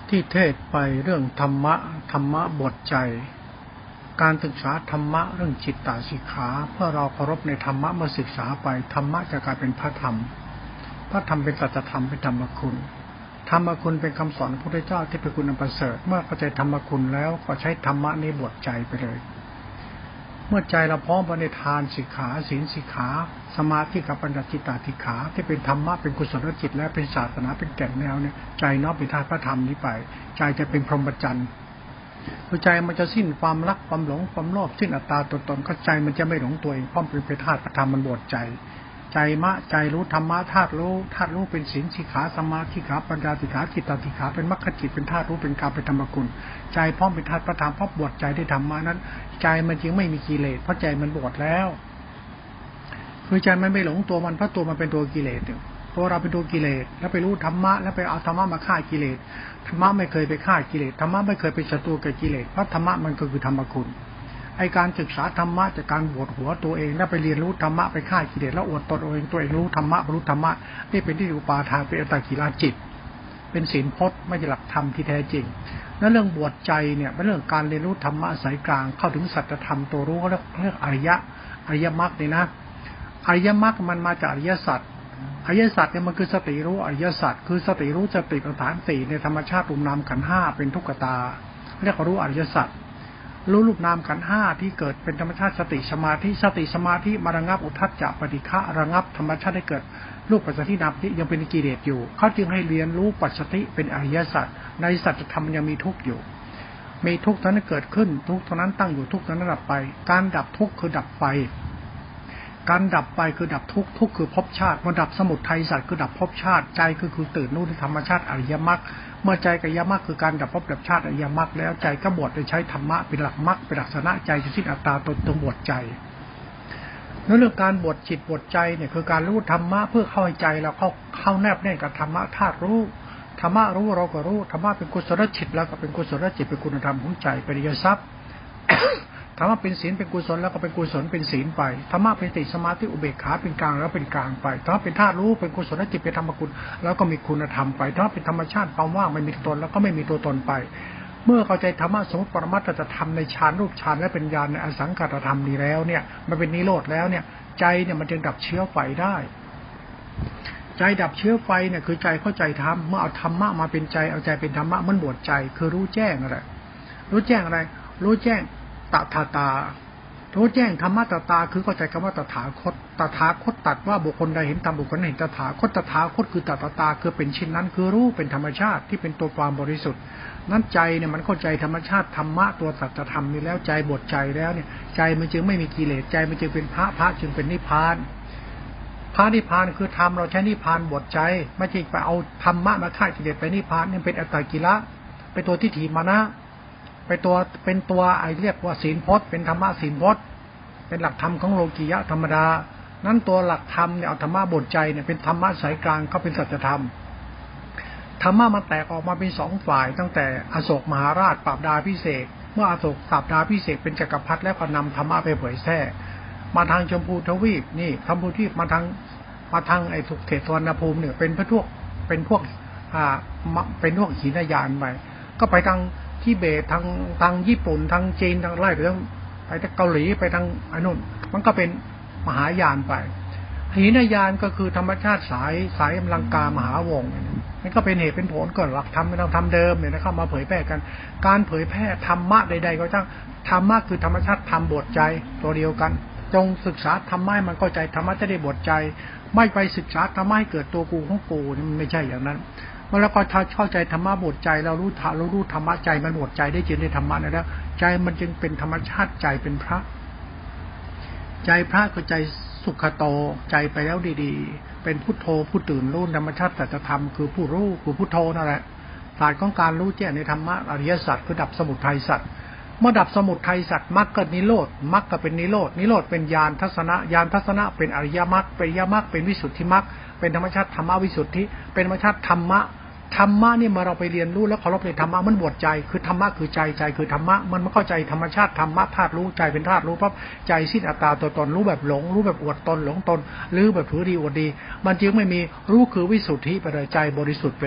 ที่เทศไปเรื่องธรรมะบทใจการศึกษาธรรมะเรื่องจิตตสิกขาเพื่อเราเคารพในธรรมะเมื่อศึกษาไปธรรมะจะกลายเป็นพระธรรมเป็นสัจธรรมเป็นธรรมคุณธรรมคุณเป็นคำสอนพระพุทธเจ้าที่เป็นคุณอันประเสริฐเมื่อเข้าใจธรรมคุณแล้วก็ใช้ธรรมะนี้บทใจไปเลยเมื่อใจเราพร้อมในทานสิกขาศีลสิกขาสมาธิกับปัญญาจิตตสิกขาที่เป็นธรรมะเป็นกุศลจิตและเป็นศาสนาเป็นแก่นแนวเนี่ยใจน้อมเป็นธาตุพระธรรมนี้ไปใจจะเป็นพรหมจรรย์ใจมันจะสิ้นความรักความหลงความโลภสิ้นอัตตาตัวตนก็ใจมันจะไม่หลงตัวเองเพราะเป็นธาตุพระธรรมมันบทใจใจรู้ธรรมะธาตุรู้เป็นศีลสิกขาสมาธิขาปัญญาสิกขาจิตตสิกขาเป็นมรรคจิตเป็นธาตุรู้เป็นกามเป็นธรรมกุลใจพร้อมเป็นธาตุพระธรรมเพราะบทใจได้ธรรมะนั้นใจมันจึงไม่มีกิเลสเพราะใจมันบทแล้วคือใจมันไม่หลงตัวมันเพราะตัวมันเป็นตัวกิเลสตัวเราเป็นตัวกิเลสแล้วไปรู้ธรรมะแล้วไปเอาธรรมะมาฆ่ากิเลสธรรมะไม่เคยไปฆ่ากิเลสธรรมะไม่เคยเป็นศัตรูกับกิเลสเพราะธรรมะมันก็คือธรรมคุณไอการศึกษาธรรมะจากการบวชหัวตัวเองแล้วไปเรียนรู้ธรรมะไปฆ่ากิเลสแล้วอวดตนตัวเองรู้ธรรมะบรรลุธรรมะนี่เป็นที่อุปาทานเป็นอัตตกิลจิตเป็นศีลพจน์ไม่ใช่หลักธรรมที่แท้จริงนั้นเรื่องบวชใจเนี่ยเป็นเรื่องการเรียนรู้ธรรมะสายกลางเข้าถึงสัจธรรมตัวรู้เขาเรียกอริยมรรคนี่นะอริยมรรคมันมาจากอริยสัจอริยสัจเนี่ยมันคือสติรู้อริยสัจคือสติรู้สติปัฏฐานสี่ในธรรมชาติรูปนามขันธ์ห้าเป็นทุกขตาเรียกว่ารู้อริยสัจรู้รูปนามขันธ์ห้าที่เกิดเป็นธรรมชาติสติสมาธิมาระงับอุทธัจจะปฏิฆะระงับธรรมชาติให้เกิดรูปปัจจัยที่นับที่ยังเป็นกิเลสอยู่เขาจึงให้เรียนรู้ปัจจัยเป็นอริยสัจในสัจธรรมยังมีทุกข์อยู่มีทุกข์เท่านั้นเกิดขึ้นทุกข์เท่านั้นตั้งอยู่ทุกข์เท่านั้นดับไปการดับทุกข์คือดับไฟการดับไปคือดับทุกข์คือภพชาติเมื่อดับสมุทัยสัตว์คือดับภพชาติใจคือตื่นรู้ในธรรมชาติอริยมรรคเมื่อใจกับอริยมรรคคือการดับภพดับชาติอริยมรรคแล้วใจก็บวชโดยใช้ธรรมะเป็นหลักมรรคเป็นหลักชนะใจจะสิ้นอัตตาตนบวชใจเรื่องการบวชจิตบวชใจเนี่ยคือการรู้ธรรมะเพื่อเข้าใจเราเข้าแนบแน่นกับธรรมะธาตุรู้ธรรมะรู้เราก็รู้ธรรมะเป็นกุศลจิตแล้วก็เป็นกุศลจิตเป็นคุณธรรมของใจเป็นอริยทรัพย์ธรรมะเป็นศีลเป็นกุศลแล้วก็เป็นกุศลเป็นศีลไปธรรมะเป็นสติสมาธิอุเบกขาเป็นกลางแล้วเป็นกลางไปธรรมะเป็นธาตุรู้เป็นกุศลจิตเป็นธรรมกุลแล้วก็มีคุณธรรมไปธรรมะเป็นธรรมชาติความว่างไม่มีตนแล้วก็ไม่มีตัวตนไปเมื่อเข้าใจธรรมะสมมติปรมัตถธรรมในฌานรูปฌานและเป็นญาณในอสังขตธรรมนี้แล้วเนี่ยมันเป็นนิโรธแล้วเนี่ยใจเนี่ยมันจึงดับเชื้อไฟได้ใจดับเชื้อไฟเนี่ยคือใจเข้าใจธรรมเมื่อเอาธรรมะมาเป็นใจเอาใจเป็นธรรมะมันบวชใจคือรู้แจ้งอะไรรู้แจ้งอะไรรู้แจ้งตถารู้แจ้งธรรมะตาคือเข้าใจคำว่าตถาคตตัดว่าบุคคลใดเห็นธรรมบุคคลเห็นตถาคตคือตาคือเป็นเช่นนั้นคือรู้เป็นธรรมชาติที่เป็นตัวความบริสุทธิ์นั้นใจเนี่ยมันเข้าใจธรรมชาติธรรมะตัวสัจธรรมนี่แล้วใจบทใจแล้วเนี่ยใจมันจึงไม่มีกิเลสใจมันจึงเป็นพระจึงเป็นนิพพานพระนิพพานคือธรรมเราใช้นิพพานบทใจไม่ใช่ไปเอาธรรมะมาฆ่ากิเลสไปนิพพานนี่เป็นอัตตกิละเป็นตัวทิฏฐิมานะเป็นตัวไอเรียกว่าศีลพจน์เป็นธรรมะศีลพจน์เป็นหลักธรรมของโลกียะธรรมดานั้นตัวหลักธรรมเนี่ยเอาธรรมะบทใจเนี่ยเป็นธรรมะสายกลางเขาเป็นสัจธรรมธรรมะมันแตกออกมาเป็นสองฝ่ายตั้งแต่อโศกมหาราชปราบดาพิเศษเมื่ออโศกปราบดาพิเศษเป็นจักรพรรดิแล้วก็นำธรรมะไปเผยแพร่มาทางชมพูทวีปนี่ชมพูทวีปมาทางไอ้ทุกเขตสวรรณภูมิเนี่ยเป็นพวกเป็นพวกหินยานไปก็ไปทางทิเบตทางญี่ปุ่นทางจีนทางไล่ไปทางเกาหลีไปทางไอ้นู่นมันก็เป็นมหายานไปหินยานก็คือธรรมชาติสายอลังการมหาวงศ์นี่ก็เป็นเหตุเป็นผลก็หลักธรรมเป็นธรรมเดิมเนี่ยนะเข้ามาเผยแพร่กันการเผยแพร่ธรรมะใดๆก็ช่างธรรมะคือธรรมชาติธรรมบทใจตัวเดียวกันจงศึกษาธรรมะมันเข้าใจธรรมะจะได้บทใจไม่ไปศึกษาธรรมะให้เกิดตัวกูของกูนี่มันไม่ใช่อย่างนั้นเมื่อเราก็เข้าใจธรรมะบทใจเรารู้ธรรมะใจมันบทใจได้จริงในธรรมะแล้วใจมันจึงเป็นธรรมชาติใจเป็นพระใจพระคือใจสุขโตใจไปแล้วดีๆเป็นพุทโธผู้ตื่นรู้ธรรมชาติสัจธรรมคือผู้รู้คือพุทโธนั่นแหละศาสตร์ของการรู้แจ้งในธรรมะอริยสัจคือดับสมุทัยสัจเมื่อดับสมุทัยสัจมรรคก็นิโรธมรรคก็เป็นนิโรธเป็นญาณทัศนะเป็นอริยมรรคเป็นอริยมรรคเป็นวิสุทธิมรรคเป็นธรรมชาติธรรมวิสุทธิเป็นธรรมชาติธรรมะนี่มาเราไปเรียนรู้แล้วเคารพในธรรมะมันบวชใจคือธรรมะคือใจคือธรรมะมันไม่เข้าใจธรรมชาติธรรมะธาตุรู้ใจเป็นธาตุรู้ปั๊บใจสิ้นอัตตาตัวตนรู้แบบหลงรู้แบบอวดตนหลงตนหรือแบบถือดีอวดดีมันจึงไม่มีรู้คือวิสุทธิไปเลยใจบริสุทธิ์ไปเลย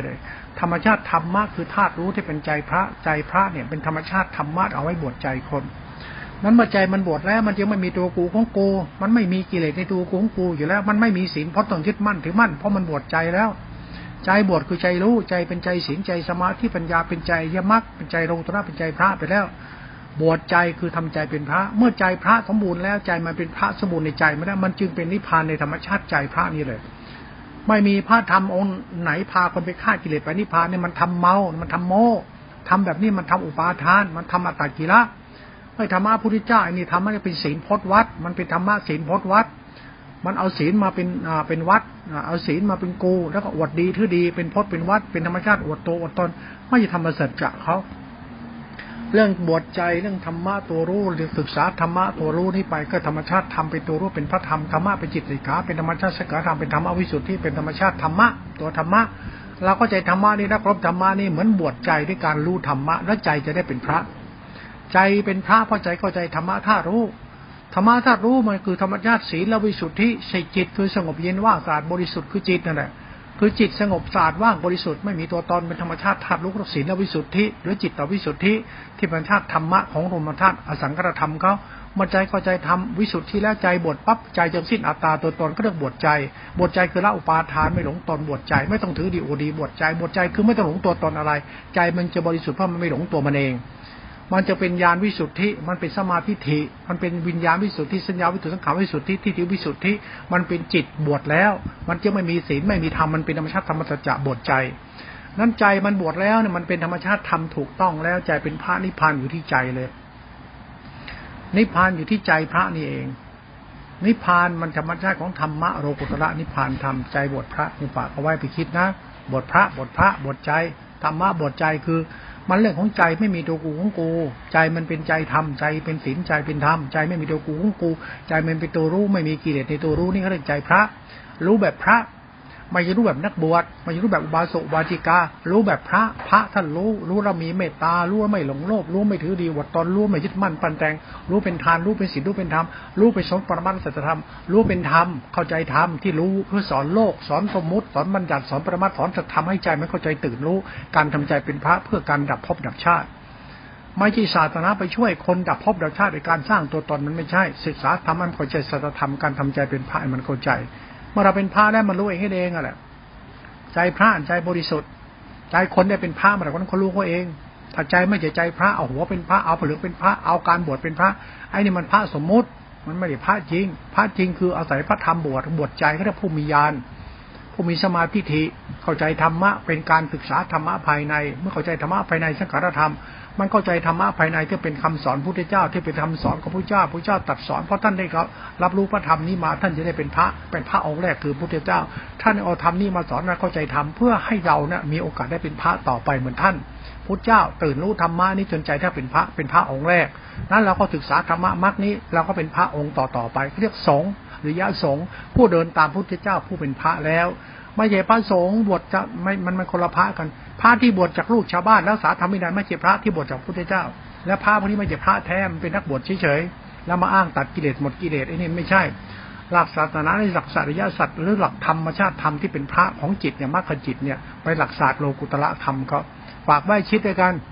ธรรมชาติธรรมะคือธาตุรู้ที่เป็นใจพระใจพระเนี่ยเป็นธรรมชาติธรรมะเอาไว้บวชใจคนนั้นเมื่อใจมันบวชแล้วมันยังไม่มีตัวกูของกูมันไม่มีกิเลสในตัวกูของกูอยู่แล้วมันไม่มีศีลเพราะต้องยึดมั่นถือมั่นเพราะมันบวชใจแล้วใจบวชคือใจรู้ใจเป็นใจศีลใจสมาธิปัญญาเป็นใจยมรรคเป็นใจโลกุตระเป็นใจพระไปแล้วบวชใจคือทำใจเป็นพระเมื่อใจพระสมบูรณ์แล้วใจมันเป็นพระสมบูรณ์ในใจมันแล้วมันจึงเป็นนิพพานในธรรมชาติใจพระนี่เลยไม่มีพระธรรมองค์ไหนพาคนไปฆ่ากิเลสไปนิพพานเนี่ยมันทำเมามันทำโมทำแบบนี้มันทำอุปาทานมันทำอัตตกิระไม่ธรรมะพุทธเจ้าอันนี้ธรรมะเป็นศีลพจน์วัดมันเป็นธรรมะศีลพจน์วัดมันเอาศีลมาเป็นวัดเอาศีลมาเป็นกูแล้วก็อวดดีถือดีเป็นพจน์เป็นวัดเป็นธรรมชาติอวดตัวอวดตนไม่ใช่ธรรมสัจจะเขาเรื่องบวชใจเรื่องธรรมะตัวรู้หรือศึกษาธรรมะตัวรู้นี่ไปก็ธรรมชาติธรรมเป็นตัวรู้เป็นพระธรรมธรรมะเป็นจิตสิกขาเป็นธรรมชาติสังขารธรรมเป็นธรรมวิสุทธิเป็นธรรมชาติธรรมะตัวธรรมะเราก็ใจธรรมะนี่นะครบธรรมะนี่เหมือนบวชใจด้วยการรู้ธรรมะแล้วใจจะได้เป็นพระใจเป็นพระเพราะใจเข้าใจธรรมะธาตุรู้ธรรมะธาตุรู้มันคือธรรมชาติศีลวิสุทธิจิตคือสงบเย็นว่างสะอาดบริสุทธิ์คือจิตนั่นแหละคือจิตสงบสะอาดว่างบริสุทธิ์ไม่มีตัวตนเป็นธรรมชาติธาตุรู้ศีลวิสุทธิหรือจิตตวิสุทธิที่เป็นธาตุธรรมะของรมธาตุอสังขารธรรมเขามันใจเข้าใจธรรมวิสุทธิแล้วใจบวชปั๊บใจจะสิ้นอัตตาตัวตนก็เรียกบวชใจบวชใจคือละอุปาทานไม่หลงตนบวชใจไม่ต้องถือดีโอดีบวชใจคือไม่ต้องหลงตัวตนอะไรใจมันจะบริสุทธิ์เพราะมันไม่หลงตัวมันเองมันจะเป็นญาณวิสุทธิมันเป็นสมาธิทิมันเป็นวิญญาณวิสุทธิสัญญาวิสุทธิสังขารวิสุทธิทิฏฐิวิสุทธิมันเป็นจิตบวชแล้วมันจะไม่มีศีลไม่มีธรรมมันเป็นธรรมชาติธรรมสัจจะบวชใจนั้นใจมันบวชแล้วเนี่ยมันเป็นธรรมชาติธรรมถูกต้องแล้วใจเป็นพระนิพพานอยู่ที่ใจเลยนิพพานอยู่ที่ใจพระนี่เองนิพพานมันธรรมชาติของธรรมะโลกุตระนิพพานธรรมใจบวชพระนี่ฝากเอาไว้ไปคิดนะบวชพระบวชใจธรรมะบวชใจคือมันเรื่องของใจไม่มีตัวกูของกูใจมันเป็นใจธรรมใจเป็นศีลใจเป็นธรรมใจไม่มีตัวกูของกูใจมันเป็นตัวรู้ไม่มีกิเลสในตัวรู้นี่เขาเรียกใจพระรู้แบบพระไม่ใช่รู้แบบนักบวชไม่ใช่รู้แบบอุบาสกอุบาสิการู้แบบพระท่านรู้เรามีเมตตารู้ว่าไม่หลงโลภรู้ไม่ถือดีอวดตนรู้ไม่ยึดมั่นปั้นแต่งรู้เป็นทานรู้เป็นศีลรู้เป็นธรรมรู้เป็นสมปรมัตถสัจธรรมรู้เป็นธรรมเข้าใจธรรมที่รู้เพื่อสอนโลกสอนสมมุติสอนบัญญัติสอนปรมัตถ์สอนสัจธรรมให้ใจมันเข้าใจตื่นรู้การทำใจเป็นพระเพื่อการดับภพดับชาติไม่ใช่ศาสนาไปช่วยคนดับภพดับชาติในการสร้างตัวตนมันไม่ใช่ศึกษาธรรมมันเข้าใจสัจธรรมการทำใจเป็นพระมันเข้าใจเมื่อเราเป็นพระแล้วมันรู้เองให้เองอ่ะแหละใจพระใจบริสุทธิ์ใจคนได้เป็นพระมาแต่คนเขารู้เขาเองถ้าใจไม่ใจพระเอาหัวเป็นพระเอาผลึกเป็นพระเอาการบวชเป็นพระไอ้นี่มันพระสมมุติมันไม่ได้พระจริงพระจริงคืออาศัยพระธรรมบวชใจเขาเรียกผู้มีญาณผู้มีสมาธิเข้าใจธรรมะเป็นการศึกษาธรรมะภายในเมื่อเข้าใจธรรมะภายในสังขารธรรมมันเข้าใจธรรมะภายในที่เป็นคำสอนพุทธเจ้าที่เป็นคำสอนของพระเจ้าตรัสสอนเพราะท่านได้รับรู้พระธรรมนี้มาท่านจะได้เป็นพระองค์แรกคือพุทธเจ้าท่านเอาธรรมนี้มาสอนและเข้าใจธรรมเพื่อให้เราเนี่ยมีโอกาสได้เป็นพระต่อไปเหมือนท่านพุทธเจ้าตื่นรู้ธรรมะนี้จนใจถ้าเป็นพระองค์แรกนั้นเราก็ศึกษาธรรมะมรรคนี้เราก็เป็นพระองค์ต่อไปเรียกสงฆ์หรือยะสงฆ์ผู้เดินตามพุทธเจ้าผู้เป็นพระแล้วไม่ใช่พระสงฆ์บวชจะไม่มันคนละพระกันพระที่บวชจากลูกชาวบ้านแล้วสาธรรมวินัยไม่ใช่พระที่บวชจากพุทธเจ้าและพระพวกนี้ไม่ใช่พระแท้มันเป็นนักบวชเฉยๆแล้วมาอ้างตัดกิเลสหมดกิเลสไอ้นี่ไม่ใช่หลักศาสนาในหลักอริยสัจหรือหลักธรรมชาติธรรมที่เป็นพระของจิตเนี่ยมรรคจิตเนี่ยไปหลักศาสตร์โลกุตระธรรมก็ฝากไว้คิดด้วยกัน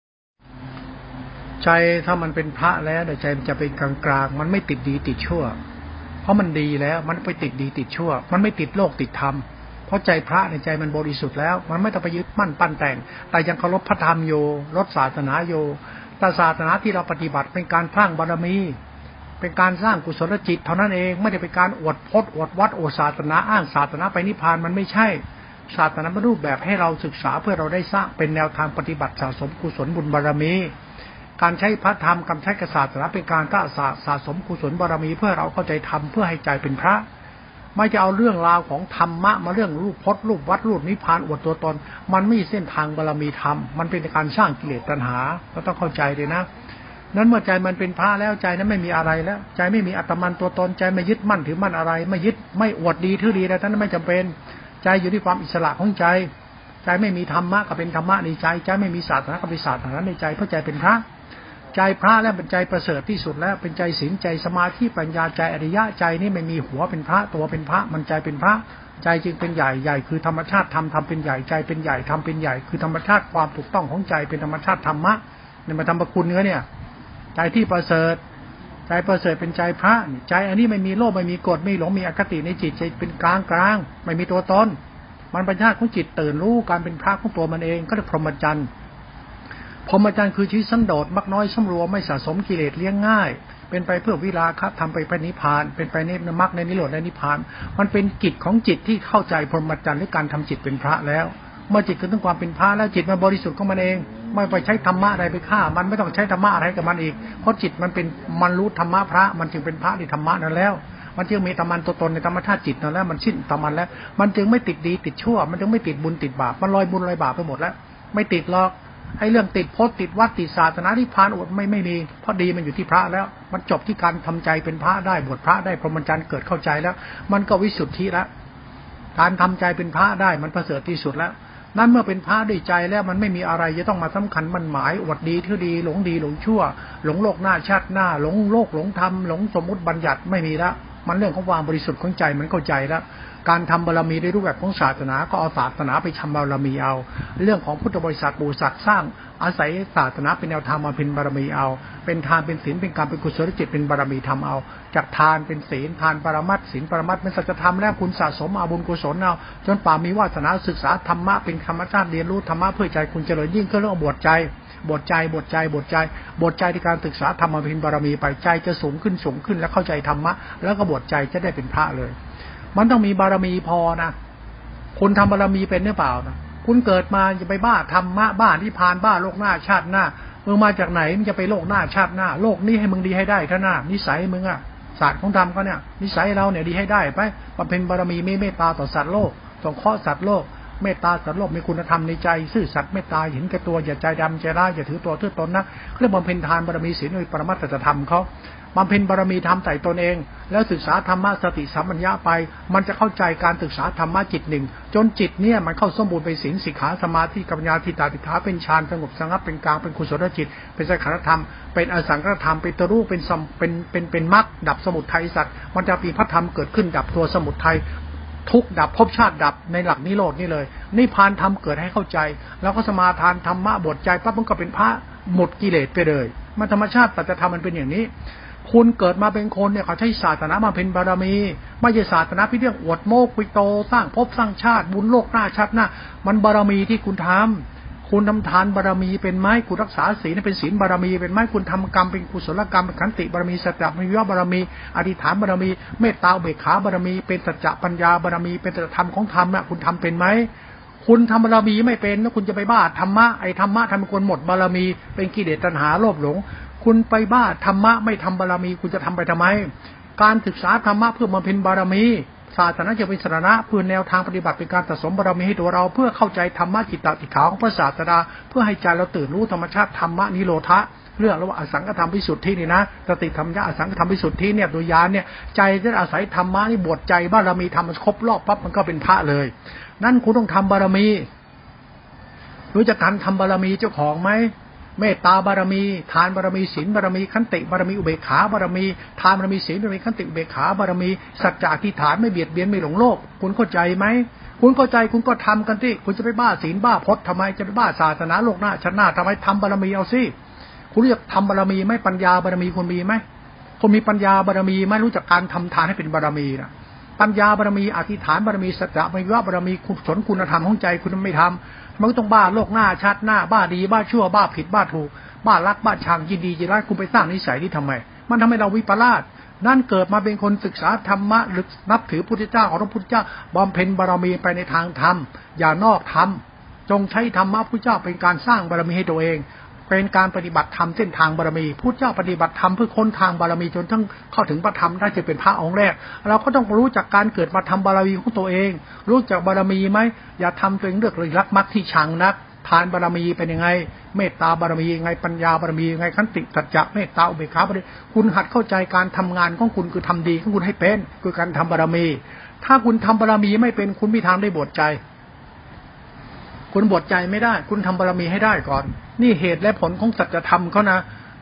ใจถ้ามันเป็นพระแล้วใจมันจะเป็นกลางๆมันไม่ติดดีติดชั่วเพราะมันดีแล้วมันไปติดดีติดชั่วมันไม่ติดโลกติดธรรมเพราะใจพระในใจมันบริสุทธิ์แล้วมันไม่ต้องไปยึดมั่นปั้นแต่งแต่ยังเคารพพระธรรมโยรสศาสนาโยแต่ศาสนาที่เราปฏิบัติเป็นการสร้างบารมีเป็นการสร้างกุศลจิตเท่านั้นเองไม่ได้เป็นการอวดพจน์อวดวัดอวดศาสนาอ้างศาสนาไปนิพพานมันไม่ใช่ศาสนาเป็นรูปแบบให้เราศึกษาเพื่อเราได้สร้างเป็นแนวทางปฏิบัติสะสมกุศลบุญบารมีการใช้พระธรรมการใช้ศาสนาเป็นการสะสมกุศลบารมีเพื่อเราเข้าใจธรรมเพื่อให้ใจเป็นพระไม่จะเอาเรื่องราวของธรรมะมาเรื่องรูปพจน์รูปวัดรูปนิพพานอวดตัวตนมันไม่เส้นทางบารมีธรรมมันเป็นการสร้างกิเลสตัณหาเราต้องเข้าใจเลยนะนั้นเมื่อใจมันเป็นพระแล้วใจนั้นไม่มีอะไรแล้วใจไม่มีอัตมันตัวตนใจไม่ยึดมั่นถือมั่นอะไรไม่ยึดไม่อวดดีถือดีอะไรนั้นไม่จำเป็นใจอยู่ที่ความอิสระของใจใจไม่มีธรรมะก็เป็นธรรมะในใจใจไม่มีศาสนาก็เป็นศาสนาในใจเพราะใจเป็นพระใจพระแล้วเป็นใจประเสริฐที่สุดแล้วเป็นใจศีลใจสมาธิปัญญาใจอริยะใจนี่ไม่มีหัวเป็นพระตัวเป็นพระมันใจเป็นพระใจจึงเป็นใหญ่ใหญ่คือธรรมชาติธรรมธรรมเป็นใหญ่ใจเป็นใหญ่ธรรมเป็นใหญ่คือธรรมชาติความถูกต้องของใจเป็นธรรมชาติธรรมะเนี่ยมาทำประคุณเนื้อเนี่ยใจที่ประเสริฐใจประเสริฐเป็นใจพระใจอันนี้ไม่มีโลภไม่มีกฎไม่หลงมีอคติในจิตใจเป็นกลางกลางไม่มีตัวตนมันเป็นญาติของจิตตื่นรู้การเป็นพระของตัวมันเองก็เรียกพรหมจรรย์พรหมจรรย์คือชีวิตสันโดษมักน้อยสำรวมไม่สะสมกิเลสเลี้ยงง่ายเป็นไปเพื่อวิราคะทำไปพระนิพพานเป็นไปในมรรคในนิโรธในนิพพานมันเป็นกิจของจิตที่เข้าใจพรหมจรรย์หรือการทำจิตเป็นพระแล้วเมื่อจิตเกิดถึงความเป็นพระแล้วจิตมันบริสุทธิ์ของมันเองไม่ไปใช้ธรรมะอะไรไปฆ่ามันไม่ต้องใช้ธรรมะอะไรกับมันอีกเพราะจิตมันเป็นมันรู้ธรรมะพระมันจึงเป็นพระในธรรมะนั่นแล้วมันจึงมีธรรมันตัวตนในธรรมชาติจิตนั่นแล้วมันสิ้นธรรมันแล้วมันจึงไม่ติดดีติดชั่วมันจึงไม่ติดบุญติดบาปมันลอยบุญลอยบาปไปหมดแล้วไม่ติดหรอกไอ้เรื่องติดพจน์ติดวัดติดศาสนานิพพานอดไม่มีเพราะดีมันอยู่ที่พระแล้วมันจบที่การทำใจเป็นพระได้บวชพระได้พรหมจรรย์เกิดเข้าใจแล้วมันก็วิสุทธิแล้วการทำใจเป็นพระได้มันประเสริฐที่สุดแล้วนั่นเมื่อเป็นพระด้วยใจแล้วมันไม่มีอะไรจะต้องมาสำคัญมันหมายอวดดีทื่อดีหลงดีหลงชั่วหลงโลกหน้าชาติหน้าหลงโลกหลงธรรมหลงสมมุติบัญญัติไม่มีแล้วมันเรื่องของความบริสุทธิ์ของใจมันเข้าใจแล้วการทำบารมีในรูปแบบของศาสนาก็เอาศาสนาไปทำบารมีเอาเรื่องของพุทธบริษัทบูชาสร้างอาศัยศาสนาเป็นแนวทางมาเป็นบารมีเอาเป็นทานเป็นศีลเป็นการเป็นกุศลจิตเป็นบารมีทำเอาจากทานเป็นศีลทานปรมัตถ์ศีลปรมัตถ์เป็นสัจธรรมแล้วคุณสะสมเอาบุญกุศลเอาจนป่ามีวาสนาศึกษาธรรมะเป็นธรรมชาติเรียนรู้ธรรมะเพื่อใจคุณเจริญยิ่งขึ้นเรื่องบวชใจบทใจในการศึกษาธรรมะเป็นบารมีไปใจจะสูงขึ้นแล้วเข้าใจธรรมะแล้วก็บวชใจจะได้เป็นพระเลยมันต้องมีบารมีพอนะคุณทำบารมีเป็นหรือเปล่านะคุณเกิดมาจะไปบ้าธรรมะบ้านิพพานบ้าโลกหน้าชาติหน้ามึงมาจากไหนมึงจะไปโลกหน้าชาติหน้าโลกนี้ให้มึงดีให้ได้เท่านั้นนิสัยมึงอะศาสตร์ของธรรมก็เนี่ยนิสัยเราเนี่ยดีให้ได้ไปบำเพ็ญบารมีเมตตาต่อสัตว์โลกสงเคราะห์สัตว์โลกเมตตาสัตว์โลกมีคุณธรรมในใจซื่อสัตย์เมตตาเห็นแก่ตัวอย่าใจดำใจร้ายอย่าถือตัวถือตนนะเรื่องบำเพ็ญทานบารมีศีลปรมัตถธรรมเขาบำเพ็ญบารมีธรรมไต่ตนเองแล้วศึกษาธรรมะสติสัมปชัญญะไปมันจะเข้าใจการศึกษาธรรมะจิตหนึ่งจนจิตเนี่ยมันเข้าสมบูรณ์ไปศีลสิกขาสมาธิปัญญาทิฏฐิติขาเป็นฌานสงบสงัดเป็นกลางเป็นกุศลจิตเป็นสังขารธรรมเป็นอสังขารธรรมเป็นตรู้เป็นมรรคดับสมุทัยสัตว์มันจะมีพระธรรมเกิดขึ้นดับตัวสมุทัยทุกดับภพชาติดับในหลักนิโรธนี่เลยนิพพานธรรมเกิดให้เข้าใจแล้วก็สมาทานธรรมะบทใจปั๊บมันก็เป็นพระหมดกิเลสไปเลยมันธรรมชาติปัจจธรรมมันเป็นอย่างนี้คุณเกิดมาเป็นคนเนี่ยเขาใช้ศาสนามาเป็นบารมีไม่ใช่ศาสนาพี่เรื่องอวดโมกปิโตสร้างภพสร้างชาติบุญโลกหน้าชาติหน้ามันบารมีที่คุณทำคุณทำทานบารมีเป็นไหมคุณรักษาศีลเป็นศีลบารมีเป็นไหมคุณทำกรรมเป็นกุศลกรรมเป็นขันติบารมีสัจจะวิริยะบารมีอธิษฐานบารมีเมตตาเบกขาบารมีเป็นสัจจะปัญญาบารมีเป็นสัจธรรมของธรรมน่ะคุณทำเป็นไหมคุณทำบารมีไม่เป็นแล้วคุณจะไปบ้าธรรมะไอ้ธรรมะทำให้คนหมดบารมีเป็นกิเลสตัณหาโลภหลงคุณไปบ้าธรรมะไม่ทำบารมีคุณจะทำไปทำไมการศึกษาธรรมะเพื่อมาเป็นบารมีศาสนาจะเป็นสาระเพื่อแนวทางปฏิบัติเป็นการสะสมบารมีให้ตัวเราเพื่อเข้าใจธรรมะจิตตติขาของพระศาสดาเพื่อให้ใจเราตื่นรู้ธรรมชาติธรรมะนิโรธะเรื่องว่าอสังขธรรมวิสุทธินี่นะสติธรรมญาอสังขธรรมวิสุทธิเนี่ยโดยญาณเนี่ยใจจะอาศัยธรรมะนี่บวชใจบารมีทำมันครบรอบปั๊บมันก็เป็นพระเลยนั่นคุณต้องทำบารมีรู้จักการทำบารมีเจ้าของไหมเมตตาบารมีทานบารมีศีลบารมีขันติบารมีอุเบกขาบารมีทานบารมีศีลบารมีขันติอุเบกขาบารมีสัจจะอธิษฐานไม่เบียดเบียนไม่หลงโลกคุณเข้าใจไหมคุณเข้าใจคุณก็ทำกันที่คุณจะไปบ้าศีลบ้าพจน์ทำไมจะไปบ้าศาสนาโลกหน้าชาติหน้าทำไมทำบารมีเอาสิคุณรู้จักทำบารมีไหมปัญญาบารมีคุณมีไหมคุณมีปัญญาบารมีไหมรู้จักการทำทานให้เป็นบารมีนะปัญญาบารมีอธิษฐานบารมีสัจจะวิริยะบารมีคุณสนคุณธรรมของใจคุณไม่ทำมันก็ต้องบ้าโลกหน้าชาติหน้าบ้าดีบ้าชั่วบ้าผิดบ้าถูกบ้ารักบ้าชังยินดียินร้ายคุณไปสร้างนิสัยที่ทำไมมันทำให้เราวิปลาสนั่นเกิดมาเป็นคนศึกษาธรรมะหรือนับถือพุทธเจ้าของพระพุทธเจ้าบำเพ็ญบารมีไปในทางธรรมอย่านอกธรรมจงใช้ธรรมะพุทธเจ้าเป็นการสร้างบารมีให้ตัวเองเป็นการปฏิบัติธรรมเส้นทางบารมีพุทธเจ้าปฏิบัติธรรมเพื่อค้นทางบารมีจนทั้งเข้าถึงพระธรรมได้จะเป็นพระองค์แรกเราก็ต้องรู้จักการเกิดมาทำบารมีของตัวเองรู้จักบารมีไหมอย่าทำตัวเองเลือกเลยรักมักที่ชังนักทานบารมีเป็นยังไงเมตตาบารมียังไงปัญญาบารมียังไงขันติสัจจะเมตตาอุเบกขาบารมีคุณหัดเข้าใจการทำงานของคุณคือทำดีของคุณให้เป็นคือการทำบารมีถ้าคุณทำบารมีไม่เป็นคุณไม่ทางได้บวชใจคุณบวชใจไม่ได้คุณทำบารมีให้ได้ก่อนนี่เหตุและผลของสัจธรรมเขานะ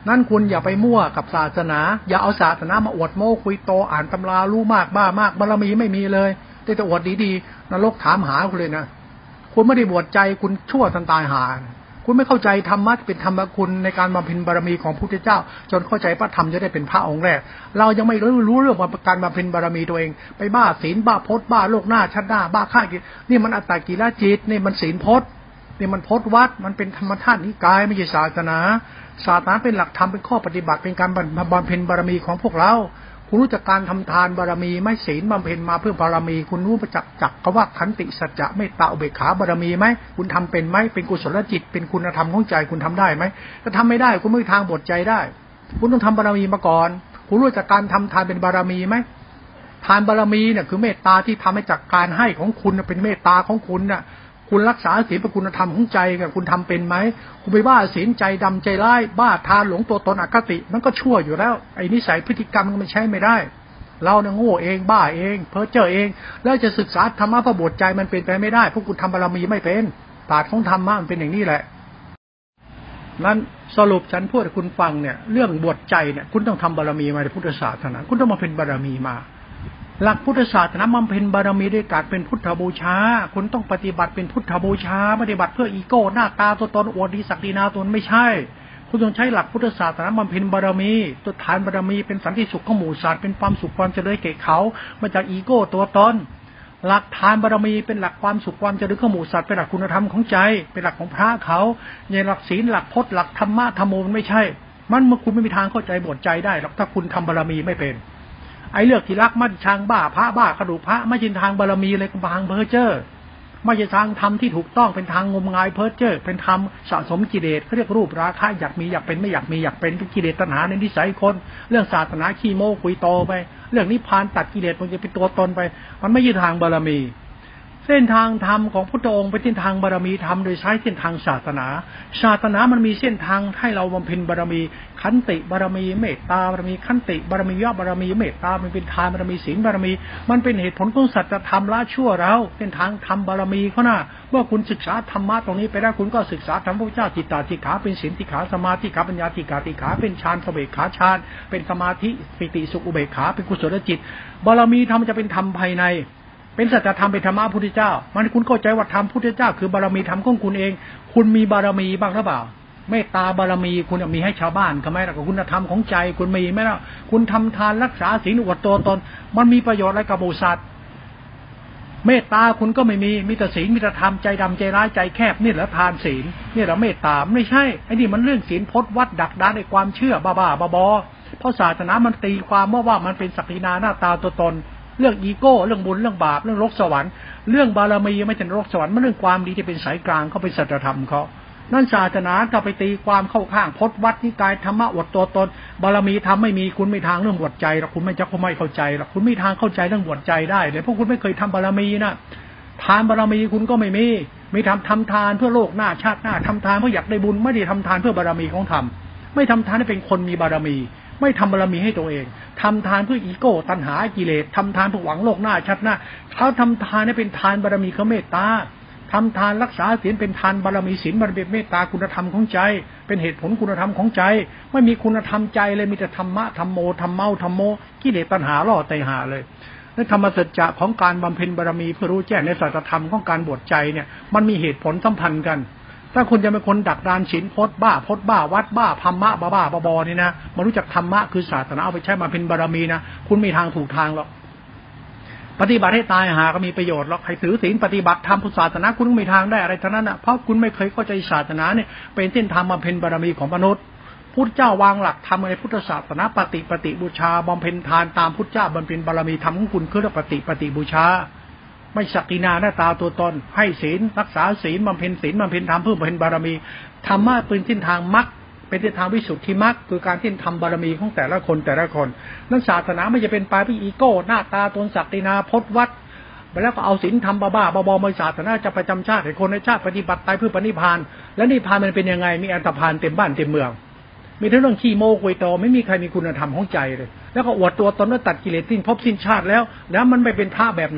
นั่นคุณอย่าไปมั่วกับศาสนาอย่าเอาศาสนามาอวดโม้คุยโตอ่านตำรารู้มากบ้ามากบารมีไม่มีเลยแต่อวดดีๆนรกถามหาคุณเลยนะคุณไม่ได้บวชใจคุณชั่วทันตายหาคุณไม่เข้าใจธรรมะเป็นธรรมคุณในการบำเพ็ญบารมีของพระพุทธเจ้าจนเข้าใจพระธรรมจะได้เป็นพระองค์แรกเรายังไม่รู้เรื่องการบำเพ็ญบารมีตัวเองไปบ้าศีลบ้าพจน์บ้าโลกหน้าชัดหน้าบ้าฆ่ากินี่มันอัตตกิลจิตนี่มันศีลพจน์นี่มันพจน์วัดมันเป็นธรรมธาตุนิกายไม่ใช่ศาสนาศาสนาเป็นหลักธรรมเป็นข้อปฏิบัติเป็นการบำเพ็ญบารมีของพวกเราคุณรู้จักการทำทานบารมีไม่ศีลบำเพ็ญมาเพื่อบารมีคุณรู้ประจักษ์คำว่าขันติสัจจะเมตตาอุเบกขาบารมีไหมคุณทำเป็นไหมเป็นกุศลจิตเป็นคุณธรรมของใจคุณทำได้ไหมถ้าทำไม่ได้คุณไม่มีทางบทใจได้คุณต้องทำบารมีมาก่อนคุณรู้จักการทำทานเป็นบารมีไหมทานบารมีเนี่ยคือเมตตาที่ทำให้จากการให้ของคุณเป็นเมตตาของคุณน่ะคุณรักษาศีลเป็นคุณธรรมของใจกับคุณทำเป็นไหมคุณไปบ้าศีลใจดำใจร้ายบ้าทานหลงตัวตนอคติมันก็ชั่วอยู่แล้วไอ้นิสัยพฤติกรรมมันใช้ไม่ได้เราเนี่ยโง่เองบ้าเองเพ้อเจ้อเองแล้วจะศึกษาธรรมะพระบทใจมันเป็นไปไม่ได้เพราะคุณทำบารมีไม่เป็นศาสตร์ของธรรมะมันเป็นอย่างนี้แหละนั้นสรุปฉันพูดให้คุณฟังเนี่ยเรื่องบวชใจเนี่ยคุณต้องทำบารมีมาในพุทธศาสนาคุณต้องมาเป็นบารมีมาหลักพุทธศาสนาบำเพ็ญบารมีด้วยการเป็นพุทธบูชาคุณต้องปฏิบัติเป็นพุทธบูชาปฏิบัติเพื่ออีโก้หน้าตาตัวตนอวดดีศักดินาตนไม่ใช่คุณต้องใช้หลักพุทธศาสนาบำเพ็ญบารมีตัวฐานบารมีเป็นสันติสุขของหมู่สัตว์เป็นความสุขความเจริญแก่เขามาจากอีโก้ตัวตนหลักฐานบารมีเป็นหลักความสุขความเจริญของหมู่สัตว์เป็นหลักคุณธรรมของใจเป็นหลักของพระเขาในหลักศีลหลักพจน์หลักธรรมะธรรมโมมันไม่ใช่มันเมื่อคุณไม่มีทางเข้าใจบทใจได้หรอกถ้าคุณทำบารมีไม่เป็นไอ้เลือกที่รักมัดชังบ้าพระบ้ากระดูกพระไม่ใช่ทางบารมีเลยก็ทางเพ้อเจ้อไม่ใช่ทางธรรมที่ถูกต้องเป็นทางงมงายเพ้อเจ้อเป็นธรรมสะสมกิเลสเขาเรียกรูปราคะอยากมีอยากเป็นไม่อยากมีอยากเป็นกิเลสตัณหาในนิสัยคนเรื่องศาสนาขี้โม้คุยโตไปเรื่องนิพพานตัดกิเลสมันจะเป็นตัวตนไปมันไม่ใช่ทางบารมีเส้นทางธรรมของพุทธองค์เป็นเส้นทางบารมีธรรมโดยใช้เส้นทางศาสนามันมีเส้นทางให้เราบำเพ็ญบารมีขันติบารมีเมตตาบารมีขันติบารมีย่อบารมีเมตตามันเป็นทานบารมีศีลบารมีมันเป็นเหตุผลของสัจธรรมละชั่วเราเส้นทางธรรมบารมีเขาน่ะเมื่อคุณศึกษาธรรมะตรงนี้ไปได้คุณก็ศึกษาธรรมพระพุทธเจ้าจิตตาติขาเป็นศีลติขาสมาธิขาปัญญาติขาเป็นฌานสเวขาฌานเป็นสมาธิปิติสุขอุเบกขาเป็นกุศลจิตบารมีธรรมจะเป็นธรรมภายในเป็นสัจธรรมเป็นธรรมะพุทธเจ้ามันคุณเข้าใจว่าธรรมพุทธเจ้าคือบารมีธรรมของคุณเองคุณมีบารมีบ้างหรือเปล่าเมตตาบารมีคุณมีให้ชาวบ้านก็ไหมล่ะคุณธรรมของใจคุณมีไหมล่ะคุณทำทานรักษาศีลอวดตัวตนมันมีประโยชน์อะไรกับหมู่สัตว์เมตตาคุณก็ไม่มีแต่ศีลมีแต่ธรรมใจดำใจร้ายใจแคบนี่แหละทานศีลนี่แหละเมตตาไม่ใช่ไอ้นี่มันเรื่องศีลพจน์วัดดักดานในความเชื่อบ้าๆบอๆเพราะศาสนามันตีความว่ามันเป็นศักดินาหน้าตาตัวตนเรื่องอีโก้เรื่องบุญเรื่องบาปเรื่องโลกสวรรค์เรื่องบารมีไม่ใช่โลกสวรรค์มันเรื่องความดีที่เป็นสายกลางเขาเป็นสัจธรรมเขานั่นศาสนาก็ไปตีความเข้าข้างพจน์วัดนิกายธรรมะอวดตัวตนบารมีทำไม่มีคุณไม่ทางเรื่องบวชใจหรอกคุณไม่เข้าใจหรอกคุณไม่ทางเข้าใจเรื่องบวชใจได้เลยเพราะคุณไม่เคยทำบารมีนะทานบารมีคุณก็ไม่มีทำทานเพื่อโลกหน้าชาติหน้าทำทานเพื่ออยากได้บุญไม่ได้ทำทานเพื่อบารมีของธรรมไม่ทำทานให้เป็นคนมีบารมีไม่ทำบารมีให้ตัวเองทำทานเพื่ออีโก้ตัณหากิเลสทำทานเพื่อหวังโลกหน้าชาติหน้าเขาทำทานให้เป็นทานบารมีเขาเมตตาทำทานรักษาศีลเป็นทานบารมีศีลบารมีเมตตาคุณธรรมของใจเป็นเหตุผลคุณธรรมของใจไม่มีคุณธรรมใจเลยมีแต่ธรรมะธรรมโมธรรมเมาธรรมโมกิเลสตัณหาล่อไตหาเลยและธรรมสัจจะของการบำเพ็ญบารมีเพื่อรู้แจ้งในสัจธรรมของการบวชใจเนี่ยมันมีเหตุผลสัมพันธ์กันถ้าคุณจะเป็นคนดักดานศีลพจน์บ้าวัดบ้าธรรมะบ้าบอนี่นะมารู้จักธรรมะคือศาสนาเอาไปใช้มาเป็นบารมีนะคุณมีทางถูกทางหรอกปฏิบัติให้ตายหาก็มีประโยชน์หรอกใครถือศีลปฏิบัติธรรมพุทธศาสนาคุณไม่มีทางได้อะไรทั้งนั้นนะเพราะคุณไม่เคยเข้าใจศาสนาเนี่ยเป็นเส้นทางบำเพ็ญบารมีของมนุษย์พุทธเจ้าวางหลักธรรมในพุทธศาสนาปฏิบูชาบำเพ็ญทานตามพุทธเจ้าบำเพ็ญบารมีธรรมของคุณคือปฏิบูชาไม่ศักดินาหน้าตาตัวตนให้ศีลรักษาศีลบำเพ็ญศีลบำเพ็ญธรรมเพื่อบำเพ็ญบารมีธรรมะเป็นเส้นทางมรรคเป็นเส้นทางวิสุทธิมรรคคือการที่ทำบารมีของแต่ละคนนั้นศาสนาไม่จะเป็นปลายพิอีโก้หน้าตาตนศักดินาพจน์วัดไปแล้วก็เอาศีลทำบ้าบอมาศาสนาจะประจำชาติให้คนในชาติปฏิบัติตายเพื่อปณิพานและนิพพานมันเป็นยังไงมีอันตรพานเต็มบ้านเต็มเมืองมีทั้งเรื่องขี้โม้คุยโตไม่มีใครมีคุณธรรมของใจเลยแล้วก็อวดตัวตนว่าตัดกิเลสสิ้นภพสิ้นชาติแล้วมันไม่เป็นพระแบบไหน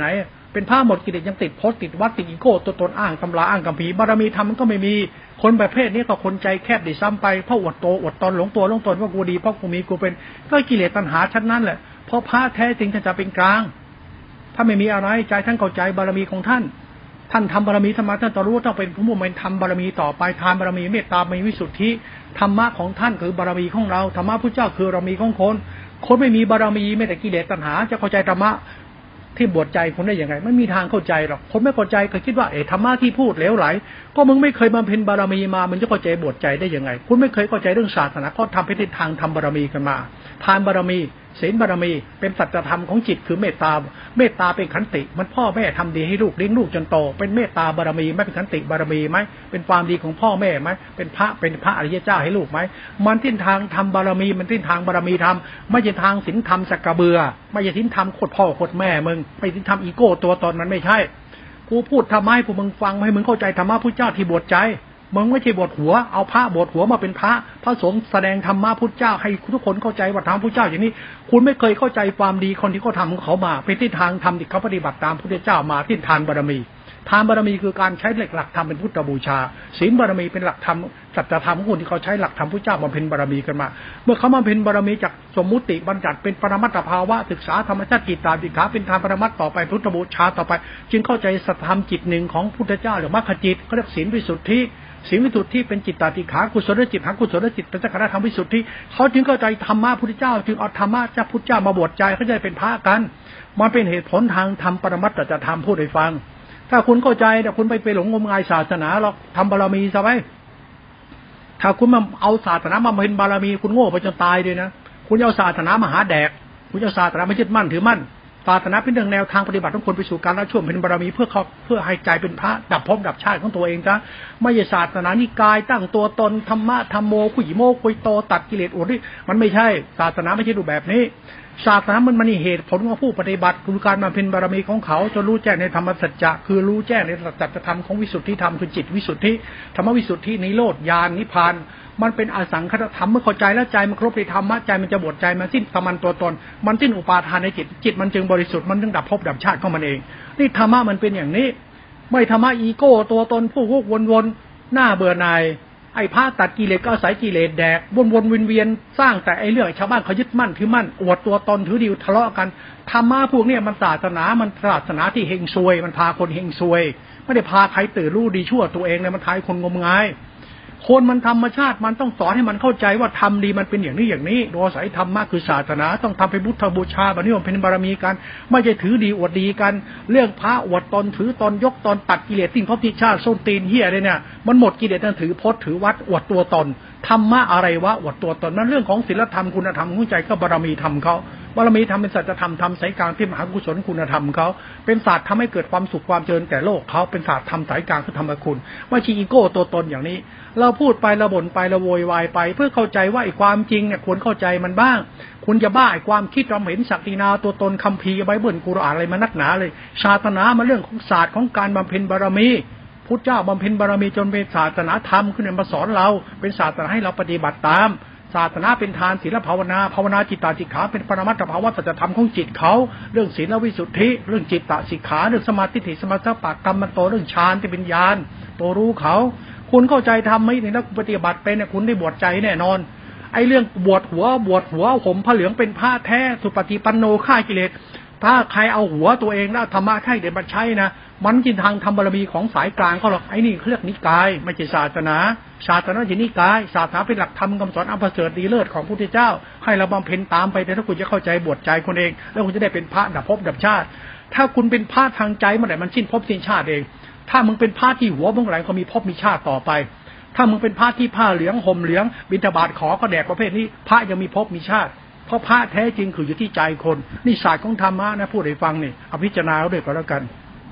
เป็นพระหมดกิเลสยังติดพจน์ติดวัดติดอีโก้ตัวตนอ้างตำราอ้างกัมภีร์บารมีธรรมมันก็ไม่มีคนประเภทนี้ก็คนใจแคบดิซ้ำไปเพราะอวดโตอวดตนหลงตัวหลงตนว่ากูดีเพราะกูมีกูเป็นก็กิเลสตัณหาชั้นนั้นแหละเพราะพระแท้จริงท่านจะเป็นกลางถ้าไม่มีอะไรใจท่านเข้าใจบารมีของท่านทำบารมีธรรมะท่านต้องรู้ต้องเป็นผู้มุ่งมั่นทำบารมีต่อไปทานบารมีเมตตามีวิสุทธิธรรมะของท่านคือบารมีของเราธรรมะพุทธเจ้าคือบารมีของคนไม่มีบารมีไม่แต่กิเลสตัณหาจะเข้าใจธรรมะที่บวชใจคนได้ยังไงไม่มีทางเข้าใจหรอกคนไม่เข้าใจก็คิดว่าธรรมะที่พูดเหลวไหลก็มึงไม่เคยบำเพ็ญบารมีมามึงจะเข้าใจบวชใจได้ยังไงคุณไม่เคยเข้าใจเรื่องศาสนาก็ทำไปในทางทำบารมีกันมาทานบารมีศีลบารมีเป็นสัจธรรมของจิตคือเมตตาเป็นขันติมันพ่อแม่ทำดีให้ลูกเลี้ยงลูกจนโตเป็นเมตตาบารมีไม่เป็นขันติบารมีไหมเป็นความดีของพ่อแม่ไหมเป็นพระอริยเจ้าให้ลูกไหมมันทิ้นทางทำบารมีมันทิ้นทางบารมีทำไม่ใช่ทางศีลธรรมสักกระเบือไม่ใช่ทิ้นทำโคตรพ่อโคตรแม่มึงไม่ทิ้นทำอีโก้ตัวตนมันไม่ใช่กูพูดทำไมพวกมึงฟังให้มึงเข้าใจธรรมะพุทธเจ้าที่บวชใจมึงไม่ใช่บวชหัวเอาพระบวชหัวมาเป็นพระสงฆ์แสดงธรรมะพุทธเจ้าให้ทุกคนเข้าใจว่าธรรมพุทธเจ้าอย่างนี้คุณไม่เคยเข้าใจความดีคนที่เขาทำของเขามาเป็นทิศทางธรรมที่เขาปฏิบัติตามพุทธเจ้ามาที่ทานบารมีทานบารมีคือการใช้หลักธรรมเป็นพุทธบูชาศีลบารมีเป็นหลักธรรมสัจธรรมของคนที่เขาใช้หลักธรรมพุทธเจ้าบำเพ็ญบารมีกันมาเมื่อเขาบำเพ็ญบารมีจากสมมุติบัญญัติเป็นปรมัตถภาวะศึกษาธรรมชาติจิตตาติขาเป็นทานปรมัตถ์ต่อไปพุทธบูชาต่อไปจึงเข้าใจสัจธรรมจิตหนึ่งของพุทธเจ้าหรือมรรคจิตเขาเรียกศีลวิสุทธิศีลวิสุทธิเป็นจิตตติขากุศลจิตหากุศลจิตเป็นสังขารธรรมวิสุทธิเขาจึงเข้าใจธรรมะพุทธเจ้าจึงเอาธรรมะจากพุทธเจ้ามาบวชใจเขาจะเป็นพระกันมันเป็นเหตุผลทางธรรมปรมัตถธรรมพูดให้ฟังถ้าคุณเข้าใจแต่คุณไปหลงงมงายศาสนาหรอกทำบารมีซะไว้ถ้าคุณมาเอาศาสนามาเป็นบารมีคุณโง่ไปจนตายเลยนะคุณเอาศาสนามาหาแดกคุณเอาศาสนาไม่ยึดมั่นถือมั่นศาสนาเป็นเรื่องแนวทางปฏิบัติของคนไปสู่การละชั่วเป็นบารมีเพื่อให้ใจเป็นพระดับภพดับชาติของตัวเองจ้ะไม่ใช่ศาสนานิกายตั้งตัวตนธรรมะธรรมโมคุยโมคุยโตตัดกิเลสอดนี่มันไม่ใช่ศาสนาไม่ใช่รูปแบบนี้ศาสนามันมีเหตุผลของผู้ปฏิบัติคือการบำเพ็ญบารมีของเขาจนรู้แจ้งในธรรมสัจจะคือรู้แจ้งในสัจธรรมของวิสุทธิธรรมคือจิตวิสุทธิธรรมวิสุทธินิโรธญาณนิพพานมันเป็นอสังขตธรรมเมื่อเข้าใจแล้วใจมันครบในธรรมะใจมันจะบวชใจมันสิ้นสมันตัวตนมันสิ้นอุปาทานในจิตมันจึงบริสุทธิ์มันจึงดับภพดับชาติของมันเองนี่ธรรมะมันเป็นอย่างนี้ไม่ธรรมะอีโก้ตัวตนผู้วกวนหน้าเบื่อหน่ายไอ้พระตัดกิเลสก็อาศัยกิเลสแดกวนเวียนสร้างแต่ไอ้เรื่องชาวบ้านเขายึดมั่นถือมั่นอวดตัวตนถือดีทะเลาะกันธรรมะพวกนี้มันศาสนาที่เฮงซวยมันพาคนเฮงซวยไม่ได้พาใครตื่นรู้ดีชั่วตัวเองเลยมันทายคนงมงายคนมันธรรมชาติมันต้องสอนให้มันเข้าใจว่าทำดีมันเป็นอย่างนี้โดยอาศัยธรรมะคือศาสนาต้องทำเป็นพุทธบูชาแบบนี้มันเป็นบารมีกันไม่ใช่ถือดีอวดดีกันเรื่องพระอวดตนถือตนยกตนตัดกิเลสทิ้งภพที่ชาติส้นตีนเหี้ยเลยเนี่ยมันหมดกิเลสนั่นถือพจน์ถือวัดอวดตัวตนธรรมะอะไรวะอวดตัวตนนั่นเรื่องของศีลธรรมคุณธรรมของใจก็บารมีธรรมเขาบารมีธรรมเป็นสัจธรรมธรรมสายกลางที่มหากุศลคุณธรรมเขาเป็นศาสตร์ทำให้เกิดความสุขความเจริญแก่โลกเขาเป็นศาสตร์ธรรมสายกลางคือธรรมคุณไม่ใช่อีโก้ตัวตนอย่างนี้เราพูดไปเราบ่นไปเราโวยวายไปเพื่อเข้าใจว่าไอ้ความจริงเนี่ยควรเข้าใจมันบ้างคุณจะบ้าไอ้ความคิดเราเห็นศักดินาตัวตนคัมภีร์ไบเบิลกุรอานอะไรมานักหนาเลยศาสนามาเรื่องของศาสตร์ของการบำเพ็ญบารมีพุทธเจ้าบำเพ็ญบารมีจนเป็นศาสนาธรรมขึ้นมาสอนเราเป็นศาสนาให้เราปฏิบัติตามศาสนาเป็นทานศีลภาวนาจิตตสิกขาเป็นปรมัตถภาวะสัจธรรมของจิตเขาเรื่องศีลวิสุทธิเรื่องจิตตสิกขาเรื่องสมาธิสมาธิปักกรรมมันโตเรื่องฌานที่เป็นญาณตัวรู้เขาคุณเข้าใจทำไหมในนักปฏิบัติเป็นเนี่ยคุณได้บวชใจแน่นอนไอ้เรื่องบวชหัวผมผ้าเหลืองเป็นผ้าแท้สุปฏิปันโนฆ่ากิเลสถ้าใครเอาหัวตัวเองแล้วธรรมะใช่เดี๋ยวมาใช้นะมันจินทางทำบารมีของสายกลางเขาหรอกไอ้นี่เรียกนิกายไม่ใช่ศาสนาจะนิกายศาสนาเป็นหลักธรรมคำสอนอันประเสริฐดีเลิศของพระพุทธเจ้าให้เราบำเพ็ญตามไปแต่ถ้าคุณจะเข้าใจบวชใจคนเองแล้วคุณจะได้เป็นพระดับภพดับชาติถ้าคุณเป็นพระทางใจเมื่อไหร่มันสิ้นภพสิ้นชาติเองถ้ามึงเป็นพระที่หัวเมื่อไหร่ก็มีภพมีชาติต่อไปถ้ามึงเป็นพระที่ผ้าเหลืองห่มเหลืองบิณฑบาตขอก็แดกประเภทนี้พระยังมีภพมีชาติเพราะพระแท้จริงคืออยู่ที่ใจคนนี่ศาสตร์ของธรรมะนะพูดให้ฟังนี่เอาพิจารณาเอาด้วยก็แล้วกัน